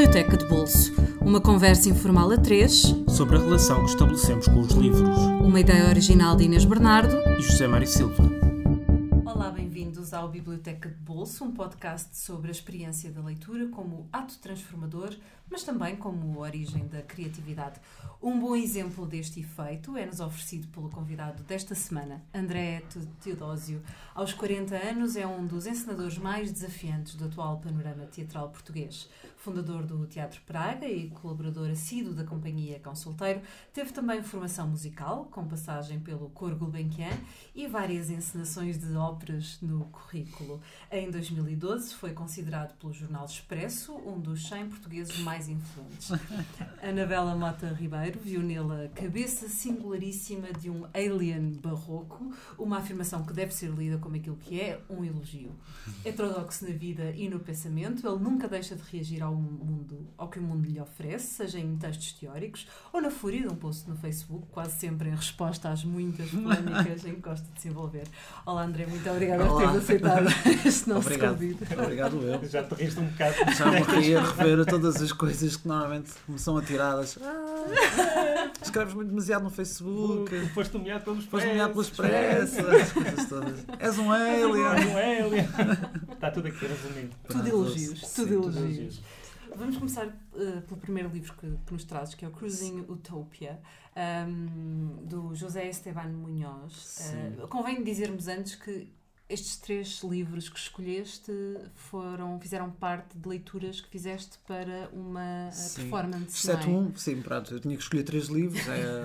Biblioteca de Bolso, uma conversa informal a três sobre a relação que estabelecemos com os livros. Uma ideia original de Inês Bernardo E José Mário Silva. Olá, bem-vindos ao Biblioteca de Bolso, um podcast sobre a experiência da leitura como ato transformador, mas também como origem da criatividade. Um bom exemplo deste efeito é-nos oferecido pelo convidado desta semana, André Teodósio. Aos 40 anos é um dos encenadores mais desafiantes do atual panorama teatral português. Fundador do Teatro Praga e colaborador assíduo da companhia Cão Solteiro, teve também formação musical, com passagem pelo Coro Gulbenkian e várias encenações de óperas no currículo. Em 2012 foi considerado pelo Jornal Expresso um dos 100 portugueses mais influentes. Anabela Mota Ribeiro viu nele a cabeça singularíssima de um alien barroco, uma afirmação que deve ser lida como aquilo que é, um elogio. Heterodoxo na vida e no pensamento, ele nunca deixa de reagir ao que o mundo lhe oferece, seja em textos teóricos ou na fúria de um post no Facebook, quase sempre em resposta às muitas polémicas em que gosta de se envolver. Olá André, muito obrigada por teres aceitado este nosso convite. Obrigado eu. Já te riste um bocado. Já me ri a rever todas as coisas que normalmente me são atiradas. Escreves muito demasiado no Facebook. Foste nomeado pelos Expresso. As coisas todas. És um alien. Está tudo aqui resumido. Tudo elogios. Sim, Tudo elogios. Vamos começar pelo primeiro livro que nos trazes, que é o Cruising Utopia, do José Esteban Munhoz. Convém dizermos antes que estes 3 livros que escolheste fizeram parte de leituras que fizeste para uma performance. Exceto sim, pronto, eu tinha que escolher 3 livros.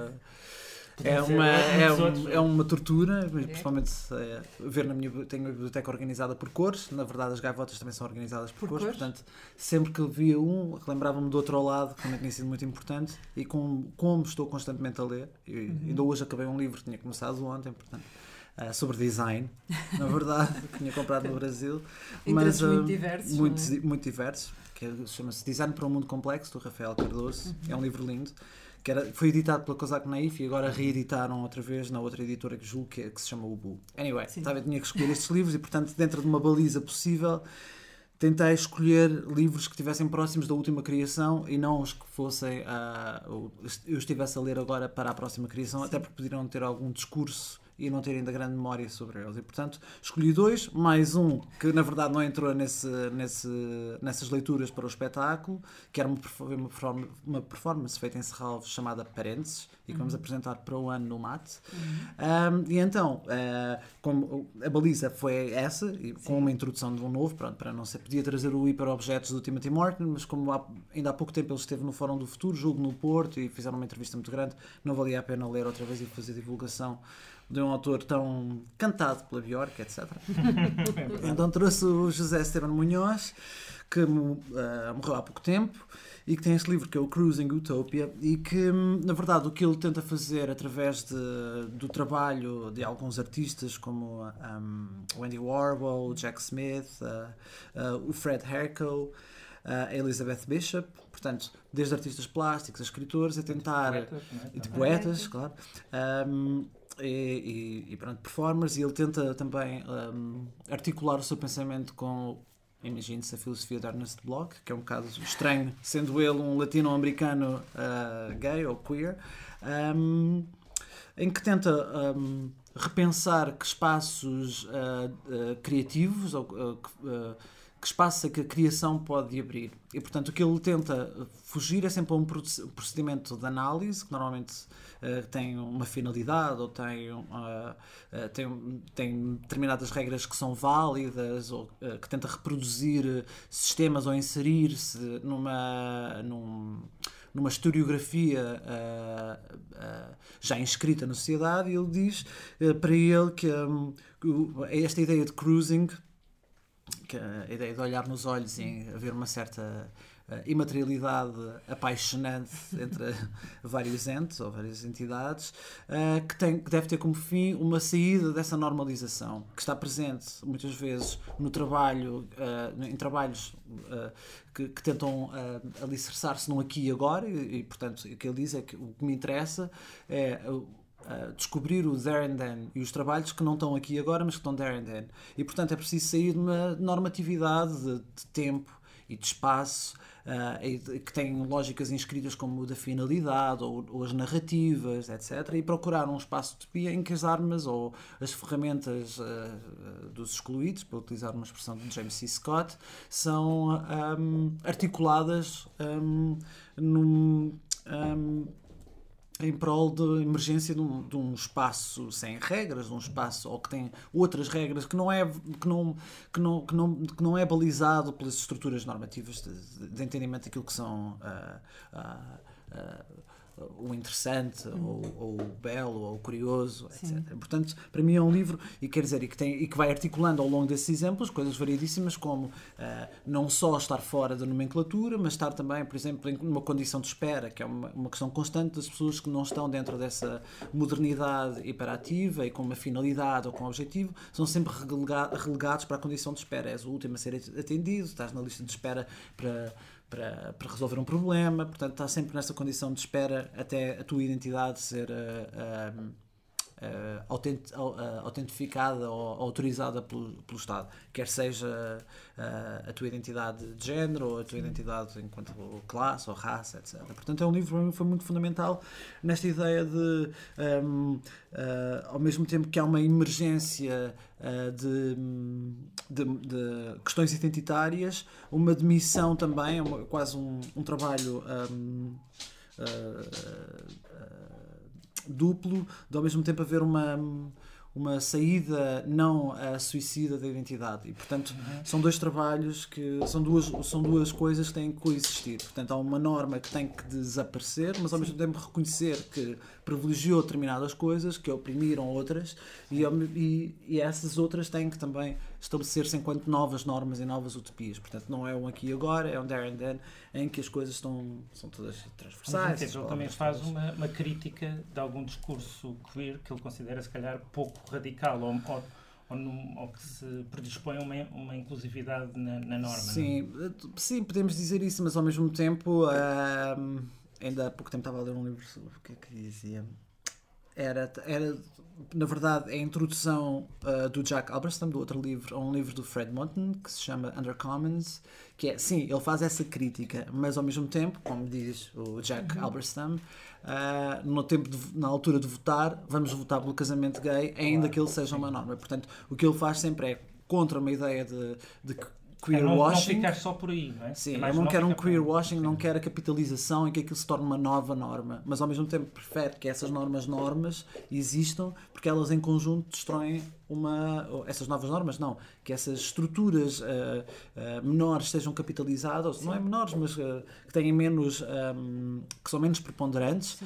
É uma tortura, principalmente ver tenho a biblioteca organizada por cores. Na verdade, as gaivotas também são organizadas por cores. Portanto, sempre que via relembrava-me do outro ao lado, que também tinha sido muito importante. E como estou constantemente a ler, ainda hoje acabei um livro que tinha começado ontem, portanto, sobre design, na verdade, que tinha comprado no Brasil. Mas muito diversos. Muito diversos, que chama-se Design para um Mundo Complexo, do Rafael Cardoso. É um livro lindo. Foi editado pela Cosac Naif e agora reeditaram outra vez na outra editora que julgo que se chama Ubu. Anyway, eu tinha que escolher estes livros e, portanto, dentro de uma baliza possível, tentei escolher livros que estivessem próximos da última criação e não os que fossem eu estivesse a ler agora para a próxima criação, até porque poderiam ter algum discurso e não ter ainda grande memória sobre eles. E, portanto, escolhi 2, mais um que, na verdade, não entrou nessas leituras para o espetáculo, que era uma performance feita em Serralves chamada Parênteses, e que vamos apresentar para o ano no MAT. E então, como a baliza foi essa, e com uma introdução de um novo, pronto, para não ser, podia trazer o Hiperobjetos do Timothy Morton, mas como ainda há pouco tempo ele esteve no Fórum do Futuro, julgo no Porto, e fizeram uma entrevista muito grande, não valia a pena ler outra vez e fazer divulgação de um autor tão cantado pela Bjork, etc. Então trouxe o José Esteban Munhoz, que morreu há pouco tempo, e que tem este livro que é o Cruising Utopia, e que, na verdade, o que ele tenta fazer através do trabalho de alguns artistas como o Andy Warhol, o Jack Smith, o Fred Herco, a Elizabeth Bishop, portanto, desde artistas plásticos a escritores, a tentar... E de poetas, claro. E pronto, performers, e ele tenta também articular o seu pensamento com, imagine-se, a filosofia de Ernest Bloch, que é um bocado estranho, sendo ele um latino-americano gay ou queer, em que tenta repensar que espaços criativos ou que espaço é que a criação pode abrir. E, portanto, o que ele tenta fugir é sempre a um procedimento de análise, que normalmente tem uma finalidade ou tem determinadas regras que são válidas, ou que tenta reproduzir sistemas ou inserir-se numa historiografia já inscrita na sociedade. E ele diz para ele que esta ideia de cruising, que a ideia de olhar nos olhos e haver uma certa imaterialidade apaixonante entre vários entes ou várias entidades, que deve ter como fim uma saída dessa normalização, que está presente muitas vezes no trabalho, em trabalhos que tentam alicerçar-se no aqui e agora, e portanto o que ele diz é que o que me interessa é descobrir o there and then e os trabalhos que não estão aqui agora, mas que estão there and then. E, portanto, é preciso sair de uma normatividade de tempo e de espaço, que têm lógicas inscritas como o da finalidade ou as narrativas, etc. E procurar um espaço de utopia em que as armas ou as ferramentas dos excluídos, para utilizar uma expressão de James C. Scott, são articuladas em prol de emergência de um espaço sem regras, de um espaço ou que tem outras regras, que não é balizado pelas estruturas normativas de entendimento daquilo que são o interessante, ou o belo, ou o curioso, etc. Sim. Portanto, para mim é um livro, e quer dizer, e que vai articulando ao longo desses exemplos coisas variedíssimas, como não só estar fora da nomenclatura, mas estar também, por exemplo, em uma condição de espera, que é uma questão constante das pessoas que não estão dentro dessa modernidade hiperativa e com uma finalidade ou com um objetivo, são sempre relegados para a condição de espera. És o último a ser atendido, estás na lista de espera para resolver um problema, portanto está sempre nessa condição de espera até a tua identidade ser autentificada ou autorizada pelo Estado, quer seja a tua identidade de género ou a tua identidade enquanto classe ou raça, etc. Portanto é um livro que para mim foi muito fundamental nesta ideia de ao mesmo tempo que há uma emergência de questões identitárias, uma demissão também, quase um trabalho duplo, de ao mesmo tempo haver uma saída não suicida da identidade. E, portanto, são dois trabalhos que são duas coisas que têm que coexistir. Portanto, há uma norma que tem que desaparecer, mas ao mesmo tempo reconhecer que privilegiou determinadas coisas, que oprimiram outras, e essas outras têm que também estabelecer-se enquanto novas normas e novas utopias. Portanto, não é um aqui e agora, é um there and then, em que as coisas são todas transversais. Ele também faz uma crítica de algum discurso queer que ele considera, se calhar, pouco radical ou que se predispõe a uma inclusividade na norma. Sim, sim, podemos dizer isso, mas ao mesmo tempo, ainda há pouco tempo estava a ler um livro sobre o que é que dizia. Era na verdade, a introdução do Jack Halberstam, do outro livro, a um livro do Fred Moten, que se chama Under Commons, que é, sim, ele faz essa crítica, mas ao mesmo tempo, como diz o Jack Halberstam, na altura de votar, vamos votar pelo casamento gay, ainda que ele seja uma norma. Portanto, o que ele faz sempre é contra uma ideia de queer-washing. Não ficar só por aí, não é? Sim, eu não quero um queer-washing, não quero a capitalização em que aquilo se torne uma nova norma, mas ao mesmo tempo prefere que essas normas existam, porque elas em conjunto destroem essas novas normas, não, que essas estruturas menores sejam capitalizadas, não é menores, mas que tenham menos, que são menos preponderantes,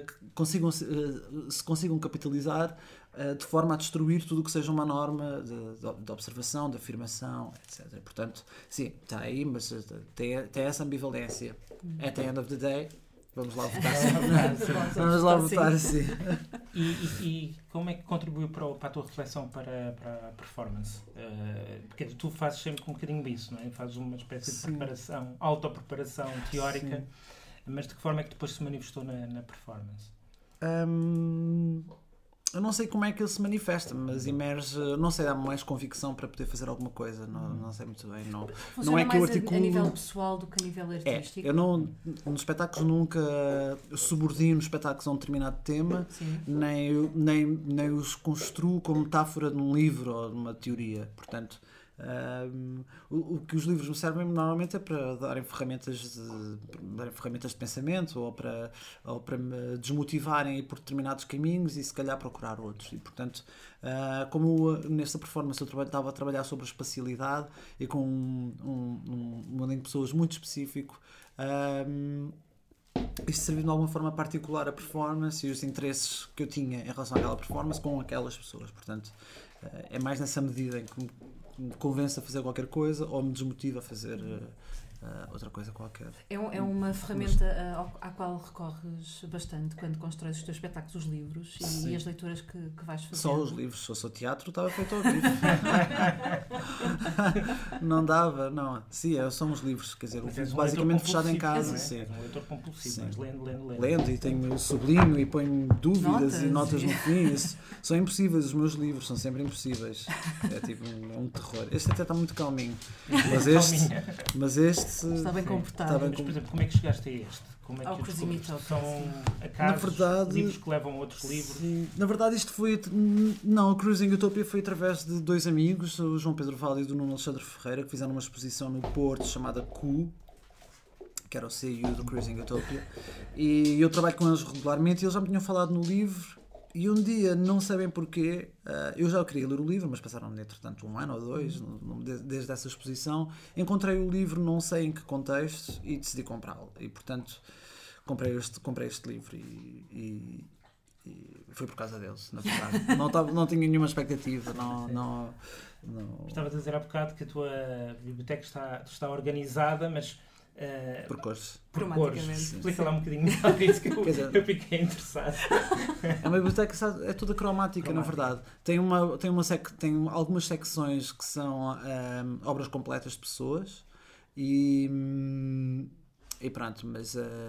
que se consigam capitalizar de forma a destruir tudo o que seja uma norma de observação, de afirmação, etc. Portanto, sim, está aí, mas tem essa ambivalência. At the end of the day, vamos lá votar sim. Vamos lá votar sim. E como é que contribuiu para a tua reflexão para a performance? Porque tu fazes sempre um bocadinho disso, não é? Fazes uma espécie de preparação, autopreparação teórica, mas de que forma é que depois se manifestou na performance? Eu não sei como é que ele se manifesta, mas emerge, não sei, dá-me mais convicção para poder fazer alguma coisa, não sei muito bem. Não é que eu articulo... a nível pessoal do que a nível artístico? Eu nos espetáculos nunca subordino espetáculos a um determinado tema, nem os construo como metáfora de um livro ou de uma teoria. Portanto, o que os livros me servem normalmente é para darem ferramentas de pensamento ou para me desmotivarem a ir por determinados caminhos e se calhar procurar outros. E portanto, como nesta performance eu estava a trabalhar sobre a espacialidade e com um elenco de pessoas muito específico, isto serviu de alguma forma para articular a performance e os interesses que eu tinha em relação àquela performance com aquelas pessoas. Portanto, é mais nessa medida em que me convence a fazer qualquer coisa ou me desmotiva a fazer outra coisa qualquer. É uma ferramenta à qual recorres bastante quando constróis os teus espetáculos, os livros e as leituras que vais fazer. Só os livros, se fosse o teatro estava feito ao vivo. Não dava, não. Sim, são os livros, quer dizer, basicamente fechado em casa. Sim. É um leitor compulsivo, mas lendo. Lendo e tenho sublinho e ponho dúvidas e notas no fim. São impossíveis, os meus livros são sempre impossíveis. É tipo um terror. Este até está muito calminho. Mas este Está bem comportado. Mas, por exemplo, como é que chegaste a este? Como é Ao que o Cruising descobriste? Utopia. São acasos, verdade, livros que levam a outros livros? Sim. Na verdade, isto foi. Não, o Cruising Utopia foi através de dois amigos, o João Pedro Vale e o Nuno Alexandre Ferreira, que fizeram uma exposição no Porto chamada Q, que era o CU do Cruising Utopia. E eu trabalho com eles regularmente e eles já me tinham falado no livro. E um dia, não sabem porquê, eu já queria ler o livro, mas passaram entretanto 1 ano ou 2, desde essa exposição. Encontrei o livro, não sei em que contexto, e decidi comprá-lo. E portanto, comprei este livro e foi por causa deles, na verdade. Não tinha nenhuma expectativa. Não. Estavas a dizer há bocado que a tua biblioteca está organizada, mas... por cores. Por cores. Explica lá um bocadinho melhor isso que eu fiquei interessado. É uma biblioteca, é toda cromática, na verdade. Tem algumas secções que são obras completas de pessoas e pronto, mas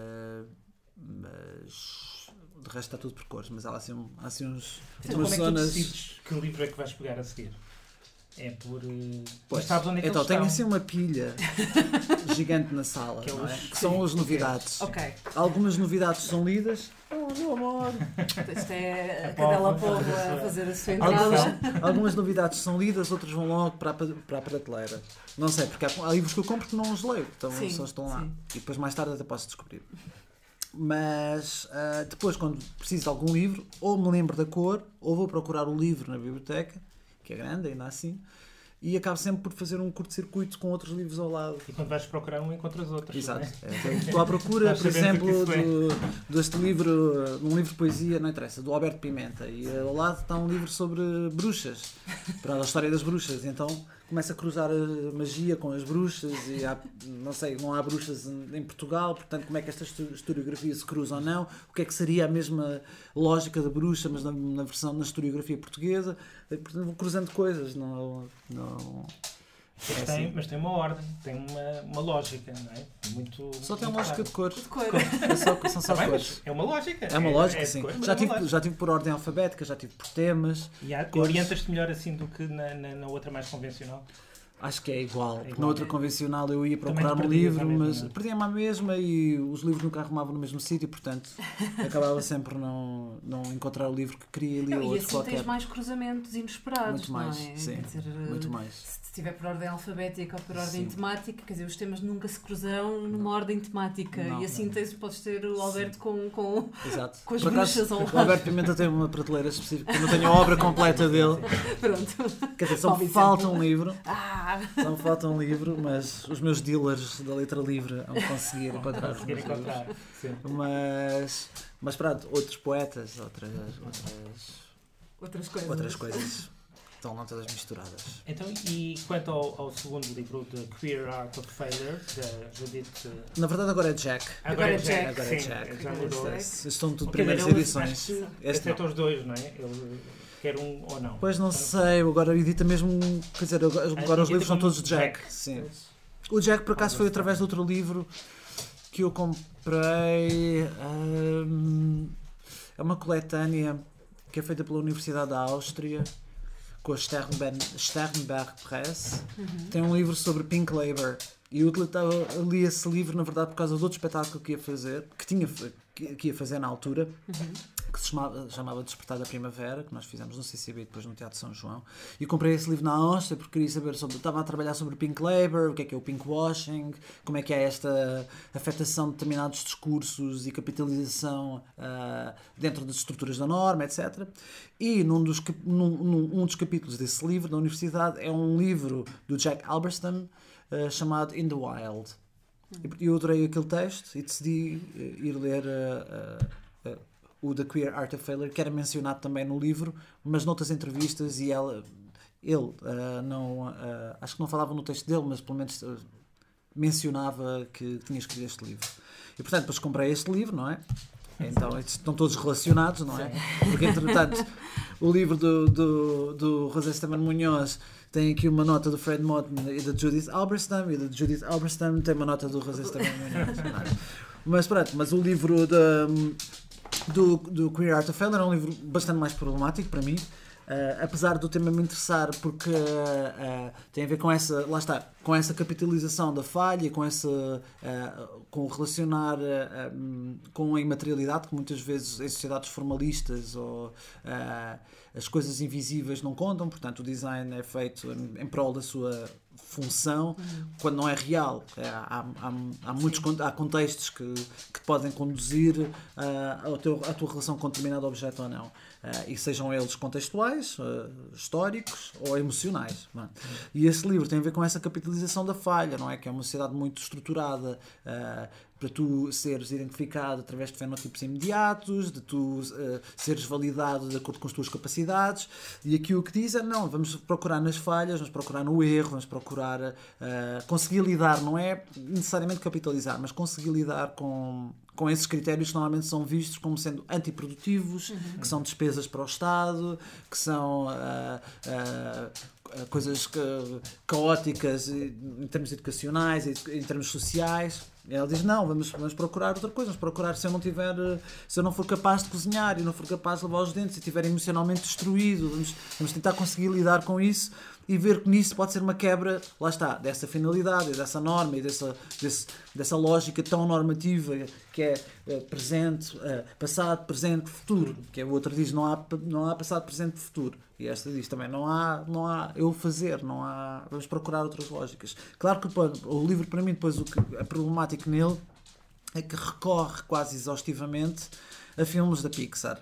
de resto está tudo por cores, mas há assim uns então, umas como é que zonas... tu decides que livro é que vais pegar a seguir? É por... Pois, sabes onde é que então, eles tenho estão? assim uma pilha gigante na sala, que, não é? Que são as novidades. Ok. Algumas novidades são lidas. Oh, meu amor! Isto é a cadela povo a fazer a sua entrada. Algumas novidades são lidas, outras vão logo para a prateleira. Não sei, porque há livros que eu compro que não os leio, então Sim, só estão lá. sim. E depois mais tarde até posso descobrir. Mas depois, quando preciso de algum livro, ou me lembro da cor, ou vou procurar o livro na biblioteca, que é grande ainda assim, e acabo sempre por fazer um curto-circuito com outros livros ao lado. E quando vais procurar um, encontras outros. Exato. Não é? Estou à procura, Nós por sabemos exemplo, o que isso deste livro, um livro de poesia, não interessa, do Alberto Pimenta, e ao lado está um livro sobre bruxas, para a história das bruxas, e então começa a cruzar a magia com as bruxas, e não há bruxas em Portugal, portanto como é que esta historiografia se cruza ou não, o que é que seria a mesma lógica da bruxa, mas na historiografia portuguesa, portanto vou cruzando coisas, Mas tem uma ordem, tem uma lógica, não é? Muito, só tem muito lógica de cores. De cor. São só Tá bem, cores. mas é uma lógica. É uma lógica, sim. Cores, Já tive por ordem alfabética, já tive por temas. E orientas-te melhor assim do que na outra mais convencional? Acho que é igual. É igual. Na outra convencional eu ia procurar um livro, mas perdia-me à mesma e os livros nunca arrumavam no mesmo sítio, portanto acabava sempre por não encontrar o livro que queria e lia outro E assim qualquer. tens mais cruzamentos inesperados, Muito mais, não é? sim. Quer dizer, Muito mais. Se estiver por ordem alfabética ou por ordem Sim. temática, quer dizer, os temas nunca se cruzarão numa ordem temática. Não, e assim podes ter o Alberto com Exato. com as Por acaso, bruxas ao lado. o Alberto Pimenta tem uma prateleira específica, eu não tenho a obra completa dele. Pronto. Quer dizer, só Paulo me Vicente. falta um livro. Só me falta um livro, mas os meus dealers da letra livre vão conseguir encontrar os meus livros. Mas pronto, outros poetas, outras coisas estão lá todas misturadas. Então, e quanto ao segundo livro, The Queer Art of Failure, da Judith... Na verdade agora é Jack. Agora é Jack. Agora é Sim, Jack. já mudou. Estão tudo Quer dizer, primeiras ele, edições. acho que Este aceitam não. os dois, não é? Ele quer um ou não. Pois não sei, agora edita mesmo. Quer dizer, agora os livros são todos de Jack. Sim. O Jack por acaso foi através de outro livro que eu comprei. É uma coletânea que é feita pela Universidade da Áustria com a Sternberg Press. Tem um livro sobre Pink Labor e eu li esse livro na verdade por causa de outro espetáculo que ia fazer na altura, que se chamava Despertar da Primavera, que nós fizemos no CCB e depois no Teatro São João, e comprei esse livro na Áustria porque queria saber estava a trabalhar sobre Pink Labor, o que é o pink washing, como é que é esta afetação de determinados discursos e capitalização dentro das estruturas da norma, etc. E um dos capítulos desse livro da universidade é um livro do Jack Halberstam chamado In the Wild. Eu adorei aquele texto e decidi ir ler o The Queer Art of Failure, que era mencionado também no livro, mas noutras entrevistas, e ele não, acho que não falava no texto dele, mas pelo menos mencionava que tinha escrito este livro. E portanto, depois comprei este livro, não é? Então, estão todos relacionados, não é? Porque, entretanto, o livro do José Esteban Munhoz tem aqui uma nota do Fred Moten e da Judith Halberstam, e da Judith Halberstam tem uma nota do José Esteban Munhoz. Mas pronto, mas o livro do Queer Art of Failure é um livro bastante mais problemático para mim. apesar do tema me interessar, porque tem a ver com essa, lá está, com essa capitalização da falha, com relacionar com a imaterialidade, que muitas vezes em sociedades formalistas ou as coisas invisíveis não contam, portanto o design é feito em prol da sua função, quando não é real. Há contextos que te podem conduzir à tua relação com determinado objeto ou não. E sejam eles contextuais, históricos ou emocionais. Não é? E esse livro tem a ver com essa capitalização da falha, não é? Que é uma sociedade muito estruturada para tu seres identificado através de fenotipos imediatos, de tu seres validado de acordo com as tuas capacidades, e aqui o que diz é não, vamos procurar nas falhas, vamos procurar no erro, vamos procurar conseguir lidar, não é necessariamente capitalizar, mas conseguir lidar com esses critérios que normalmente são vistos como sendo antiprodutivos, que são despesas para o Estado, que são coisas caóticas em termos educacionais, em termos sociais. Ela diz, não, vamos procurar outra coisa, vamos procurar se eu não for capaz de cozinhar e não for capaz de lavar os dentes e estiver emocionalmente destruído, vamos tentar conseguir lidar com isso e ver que nisso pode ser uma quebra, lá está, dessa finalidade, dessa norma e dessa lógica tão normativa que é presente, passado, presente, futuro, que o outro diz não há passado, presente, futuro. E esta diz também, não há eu fazer, vamos procurar outras lógicas. Claro que o livro, para mim, depois a problemática nele é que recorre quase exaustivamente a filmes da Pixar.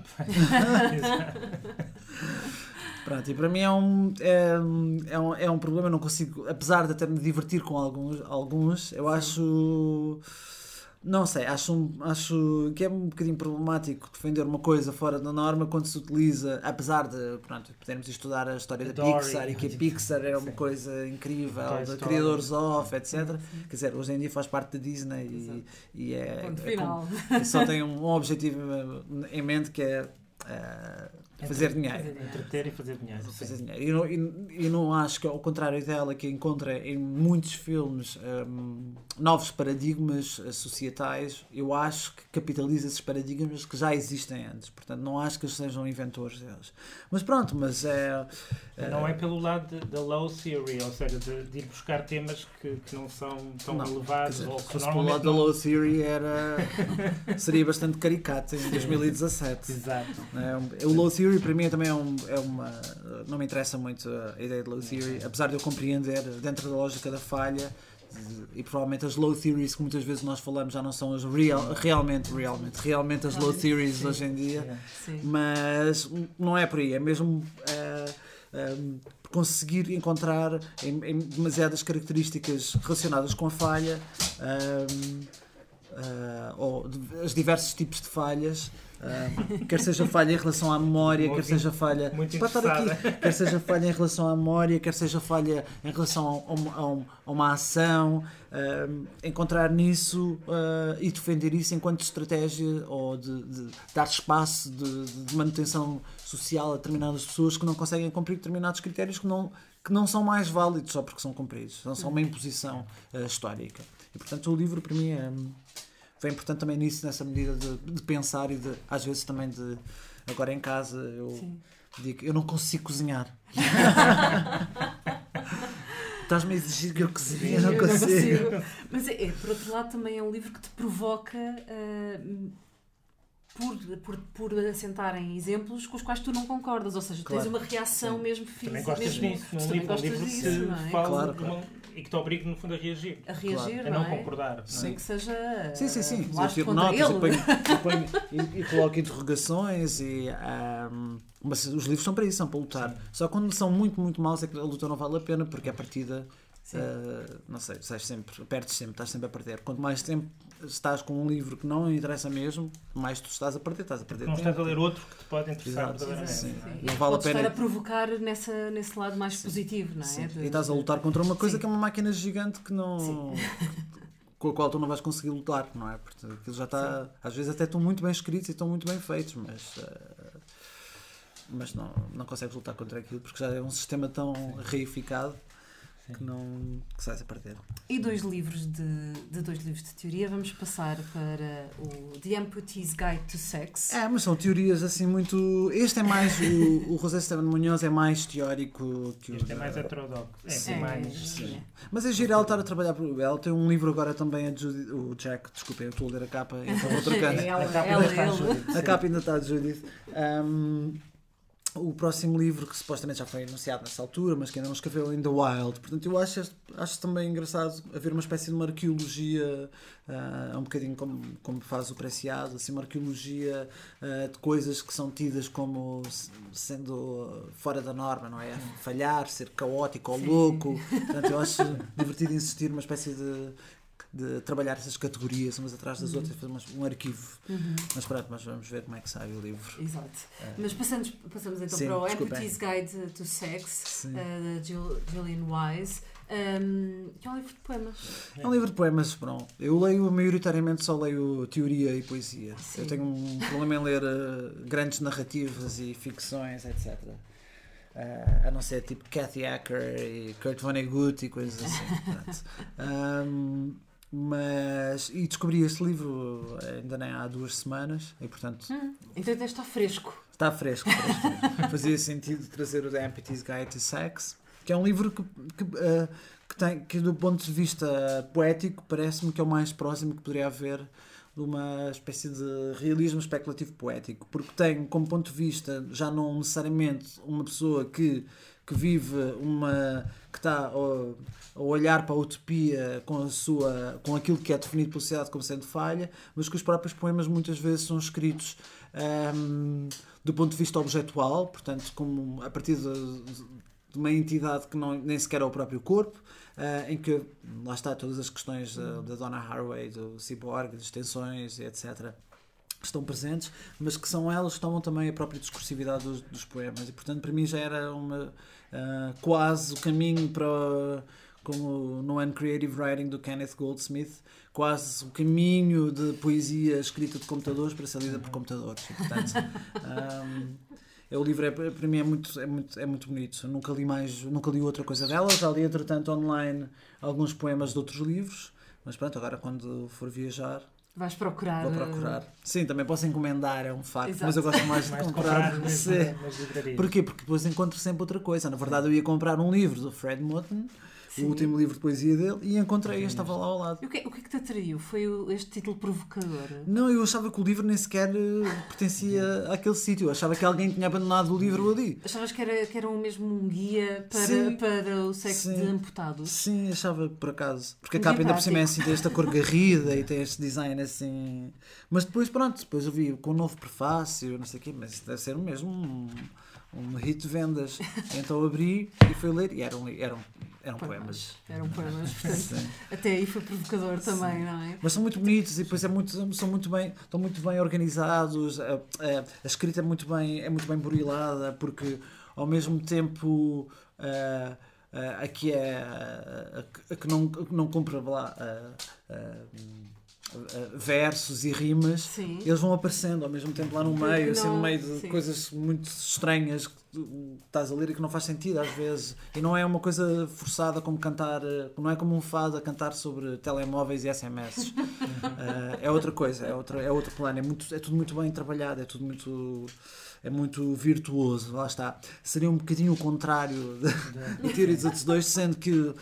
Pronto, e para mim é um problema, eu não consigo, apesar de até me divertir com alguns eu acho... Não sei, acho que é um bocadinho problemático defender uma coisa fora da norma quando se utiliza, apesar de podermos estudar a história da Pixar e que a Pixar é uma coisa incrível, de criadores off, etc. Quer dizer, hoje em dia faz parte da Disney e só tem um objetivo em mente que é fazer dinheiro. Entreter e fazer dinheiro. E não acho que, ao contrário dela, que encontra em muitos filmes novos paradigmas societais, eu acho que capitaliza esses paradigmas que já existem antes. Portanto, não acho que eles sejam inventores deles. Mas pronto, não é pelo lado da low theory, ou seja, de ir buscar temas que não são tão elevados. Dizer, ou que se pelo lado da low theory seria bastante caricato em 2017. Exato. O low theory para mim também não me interessa muito a ideia de low theory, apesar de eu compreender dentro da lógica da falha, e provavelmente as low theories que muitas vezes nós falamos já não são as realmente as low theories hoje em dia. Sim. Mas não é por aí, é mesmo conseguir encontrar em demasiadas características relacionadas com a falha ou os diversos tipos de falhas, quer seja falha em relação à memória, quer seja falha quer seja falha em relação à memória, quer seja falha em relação a uma ação, encontrar nisso e defender isso enquanto estratégia ou de dar espaço de manutenção social a determinadas pessoas que não conseguem cumprir determinados critérios que não são mais válidos só porque são cumpridos, não são uma imposição histórica. E portanto o livro para mim foi importante também nisso, nessa medida de pensar e às vezes também agora em casa eu digo, eu não consigo cozinhar. Estás-me a exigir que eu cozinhe, eu não consigo. Mas por outro lado também é um livro que te provoca por assentar em exemplos com os quais tu não concordas, ou seja, tu tens uma reação mesmo física. Também gostas disso, num livro disso, não é? Claro. E que te obriga no fundo a reagir. A não concordar. Sim. Nem que seja... Sim. Eu tiro notas e coloco interrogações mas os livros são para isso, são para lutar. Sim. Só quando são muito, muito maus é que a luta não vale a pena, porque a partida... não sei, perdes sempre, estás sempre a perder. Quanto mais tempo estás com um livro que não interessa mesmo, mais tu estás a perder não estás a ler outro que te pode interessar verdadeiramente. Não vale a pena estar a provocar nesse lado mais positivo, não é? E estás a lutar contra uma coisa que é uma máquina gigante que não... com a qual tu não vais conseguir lutar, não é? Porque aquilo já está... Às vezes até estão muito bem escritos e estão muito bem feitos, mas não consegues lutar contra aquilo porque já é um sistema tão reificado que sais a perder. E dois livros de teoria. Vamos passar para o The Amputee's Guide to Sex. Mas são teorias assim muito... Este é mais... o José Esteban Munhoz é mais teórico que o... Este é mais heterodoxo. Sim. Mas é giro ela estar a trabalhar... Ela tem um livro agora também, o Jack, desculpem, eu estou a ler a capa e estou trocando. A capa ainda está de Judith. O próximo livro, que supostamente já foi anunciado nessa altura, mas que ainda não escreveu, In the Wild. Portanto, eu acho também engraçado haver uma espécie de uma arqueologia, um bocadinho como faz o Preciado, assim, uma arqueologia de coisas que são tidas como sendo fora da norma, não é? Falhar, ser caótico ou louco. Portanto, eu acho divertido insistir numa espécie de trabalhar essas categorias umas atrás das outras, fazer um arquivo. Mas pronto, mas vamos ver como é que sai o livro. Exato. Mas passamos então para o Amputee's Guide to Sex, da Gillian Wise, que é um livro de poemas. É um livro de poemas, pronto. Eu leio, maioritariamente só leio teoria e poesia. Sim. Eu tenho um problema em ler grandes narrativas e ficções, etc. A não ser tipo Kathy Acker e Kurt Vonnegut e coisas assim. E descobri este livro ainda nem há 2 semanas e portanto... Então até está fresco. Está fresco. Fazia sentido trazer o The Amputee's Guide to Sex, que é um livro que do ponto de vista poético parece-me que é o mais próximo que poderia haver de uma espécie de realismo especulativo poético, porque tem como ponto de vista já não necessariamente uma pessoa que vive que está a olhar para a utopia com aquilo que é definido pela sociedade como sendo falha, mas que os próprios poemas muitas vezes são escritos do ponto de vista objetual, portanto como a partir de uma entidade que nem sequer é o próprio corpo, em que lá está todas as questões da Donna Haraway, do cyborg, das tensões, etc., estão presentes, mas que são elas que tomam também a própria discursividade dos poemas, e portanto para mim já era quase o caminho para, como no Uncreative Writing do Kenneth Goldsmith, quase o caminho de poesia escrita de computadores para ser lida por computadores, e portanto o livro para mim é muito bonito. Eu nunca li outra coisa dela, já li entretanto online alguns poemas de outros livros, mas pronto, agora quando for viajar vais procurar. Vou procurar. Sim, também posso encomendar, é um facto. Exato. Mas eu gosto mais de comprar. Nas livrarias. Porquê? Porque depois encontro sempre outra coisa. Na verdade, eu ia comprar um livro do Fred Moten, o último livro de poesia dele, e encontrei estava lá ao lado. E o que é que te atraiu? Foi este título provocador? Não, eu achava que o livro nem sequer pertencia àquele sítio. Eu achava que alguém tinha abandonado o livro ali. Achavas que era mesmo um guia para o sexo de amputados? Sim, achava por acaso. Porque a capa ainda por cima é assim, tem esta cor garrida e tem este design assim. Mas depois eu vi com um novo prefácio, não sei o quê, mas isso deve ser mesmo um hit de vendas. Então abri e fui ler e eram poemas. Eram poemas, portanto, até aí foi provocador também, não é? Mas são muito bonitos e depois estão muito bem organizados, a escrita é muito bem burilada, porque ao mesmo tempo aqui a que não cumpre versos e rimas. Sim. Eles vão aparecendo ao mesmo tempo lá no meio, assim, no meio de coisas muito estranhas que tu estás a ler e que não faz sentido às vezes, e não é uma coisa forçada como cantar, não é como um fado a cantar sobre telemóveis e SMS. É outra coisa, é outro plano, é tudo muito bem trabalhado, é muito virtuoso, lá está. Seria um bocadinho o contrário da teoria dos outros dois, sendo que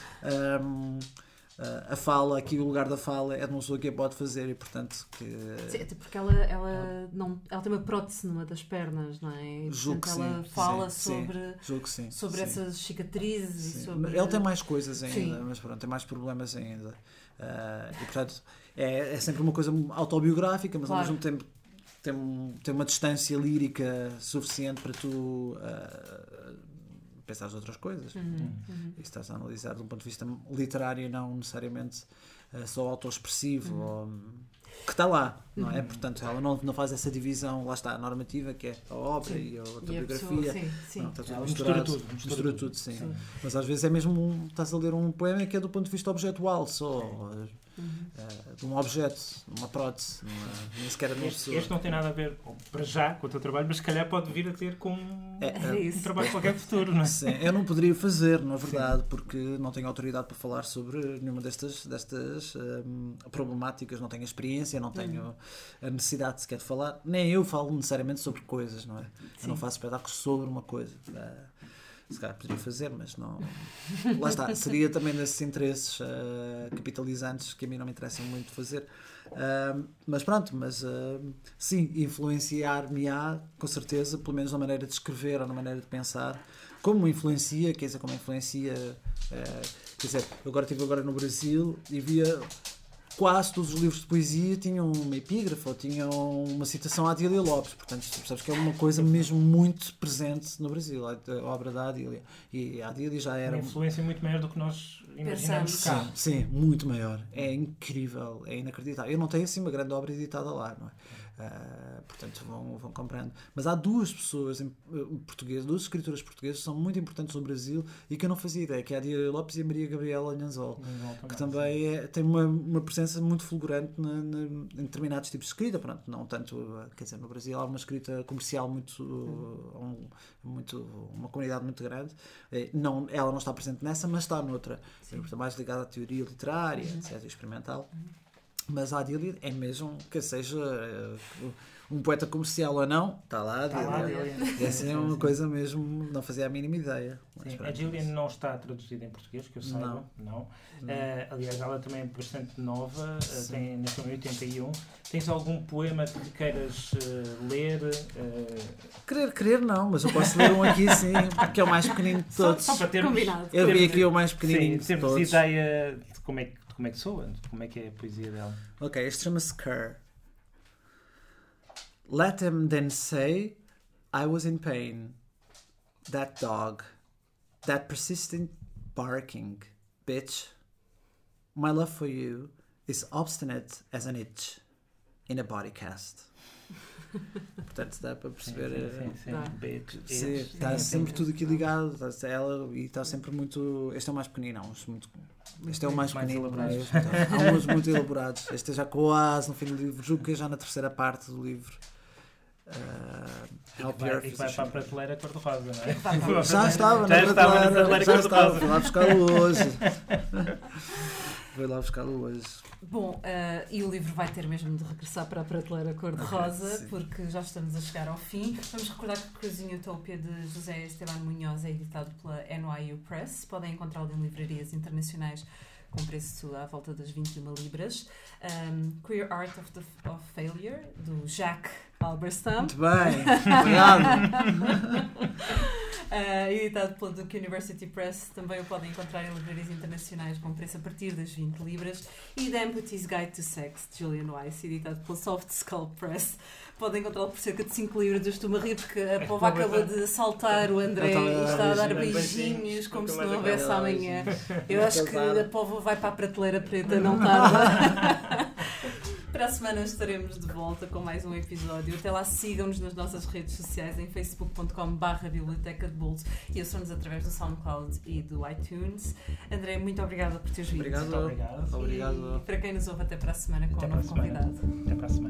a fala, aqui o lugar da fala é de uma pessoa que a pode fazer e portanto Sim, até porque ela tem uma prótese numa das pernas, não é? E, julgo que ela sim, fala sim. sobre essas cicatrizes e sobre... Ele tem mais coisas ainda, mas pronto, tem mais problemas ainda, e portanto é sempre uma coisa autobiográfica, mas ao mesmo tempo tem uma distância lírica suficiente para tu pensares outras coisas. E estás a analisar de um ponto de vista literário, não necessariamente só autoexpressivo, ou, que está lá, não é? Portanto, ela não faz essa divisão, lá está, a normativa, que é a obra e a autobiografia. Sim. Não, está tudo Ela misturado, mistura tudo. sim. Mas às vezes é mesmo, estás a ler um poema que é do ponto de vista objetual, só. De um objeto, uma prótese, nem sequer de uma pessoa. Este não tem nada a ver, para já, com o teu trabalho, mas se calhar pode vir a ter com um trabalho qualquer futuro, não é? Sim, eu não poderia fazer, na verdade, porque não tenho autoridade para falar sobre nenhuma destas problemáticas, não tenho experiência, não tenho a necessidade sequer de falar, nem eu falo necessariamente sobre coisas, não é? Eu não faço espetáculos sobre uma coisa. Se calhar poderia fazer, mas não. Lá está, seria também desses interesses capitalizantes que a mim não me interessam muito fazer. Mas pronto, sim, influenciar-me-á, com certeza, pelo menos na maneira de escrever ou na maneira de pensar. Como influencia, quer dizer, quer dizer, eu estive agora no Brasil e via. Quase todos os livros de poesia tinham uma epígrafe ou tinham uma citação à Adília Lopes, portanto, percebes que é uma coisa mesmo muito presente no Brasil, a obra da Adília. E a Adília já era. Uma influência muito maior do que nós imaginamos cá. Sim, muito maior. É incrível, é inacreditável. Eu não tenho assim uma grande obra editada lá, não é? Portanto, vão comprando. Mas há duas pessoas portuguesas, duas escritoras portuguesas que são muito importantes no Brasil e que eu não fazia ideia, que é a Adília Lopes e a Maria Gabriela Nhanzol, que também tem uma presença muito fulgurante em determinados tipos de escrita. Pronto, não tanto, quer dizer, no Brasil há uma escrita comercial uma comunidade muito grande. Ela não está presente nessa, mas está noutra. Está mais ligada à teoria literária, etc., experimental. Mas a Adília é mesmo, que seja um poeta comercial ou não, está lá a Adília. É assim uma coisa mesmo, não fazia a mínima ideia. A Gillian não está traduzida em português, que eu saiba. Não. Aliás, ela também é bastante nova, nasceu em 81. Tens algum poema que queiras ler? Querer não, mas eu posso ler um aqui sim, porque é o mais pequenino de todos. Só para termos, combinado. Eu vi aqui o mais pequenininho de termos todos. ideia de como é que soa, como é que é a poesia dela. Ok, este chama-se Cur. Let them then say I was in pain. That dog. That persistent barking. Bitch. My love for you is obstinate as an itch in a body cast. Portanto, dá para perceber. Sim. Está sempre tudo aqui ligado. Está ela e está sempre muito. Este é o mais pequenino, este é o mais pequenino. Há uns muito elaborados. Este é já quase no fim do livro. Julgo que é já na terceira parte do livro. E vai para a prateleira cor-de-rosa, não é? Já estava na prateleira. Já estava. Fui lá buscá-lo hoje. Bom, e o livro vai ter mesmo de regressar para a prateleira cor-de-rosa, porque já estamos a chegar ao fim. Vamos recordar que Cruising Utopia de José Esteban Munhoz é editado pela NYU Press. Podem encontrá-lo em livrarias internacionais com preço à volta das 21 libras. Queer Art of Failure, do Jacques Halberstam. Muito bem, obrigado. Editado pela Duke University Press, também o podem encontrar em livrarias internacionais com preço a partir das 20 libras. E The Amputee's Guide to Sex, de Julian Weiss, editado pela Soft Skull Press. Podem encontrá-lo por cerca de 5 libras. Eu estou-me a rir porque a Pova acabou de saltar o André e está a dar beijinhos como se não houvesse amanhã. Eu acho que a Pova vai para a prateleira preta, não tarda. Para a semana estaremos de volta com mais um episódio. Até lá, sigam-nos nas nossas redes sociais em facebook.com/biblioteca de bolso e ouçam-nos através do SoundCloud e do iTunes. André, muito obrigada por teres vindo. Obrigado. E para quem nos ouve, até para a semana com um novo convidado. Até para a semana.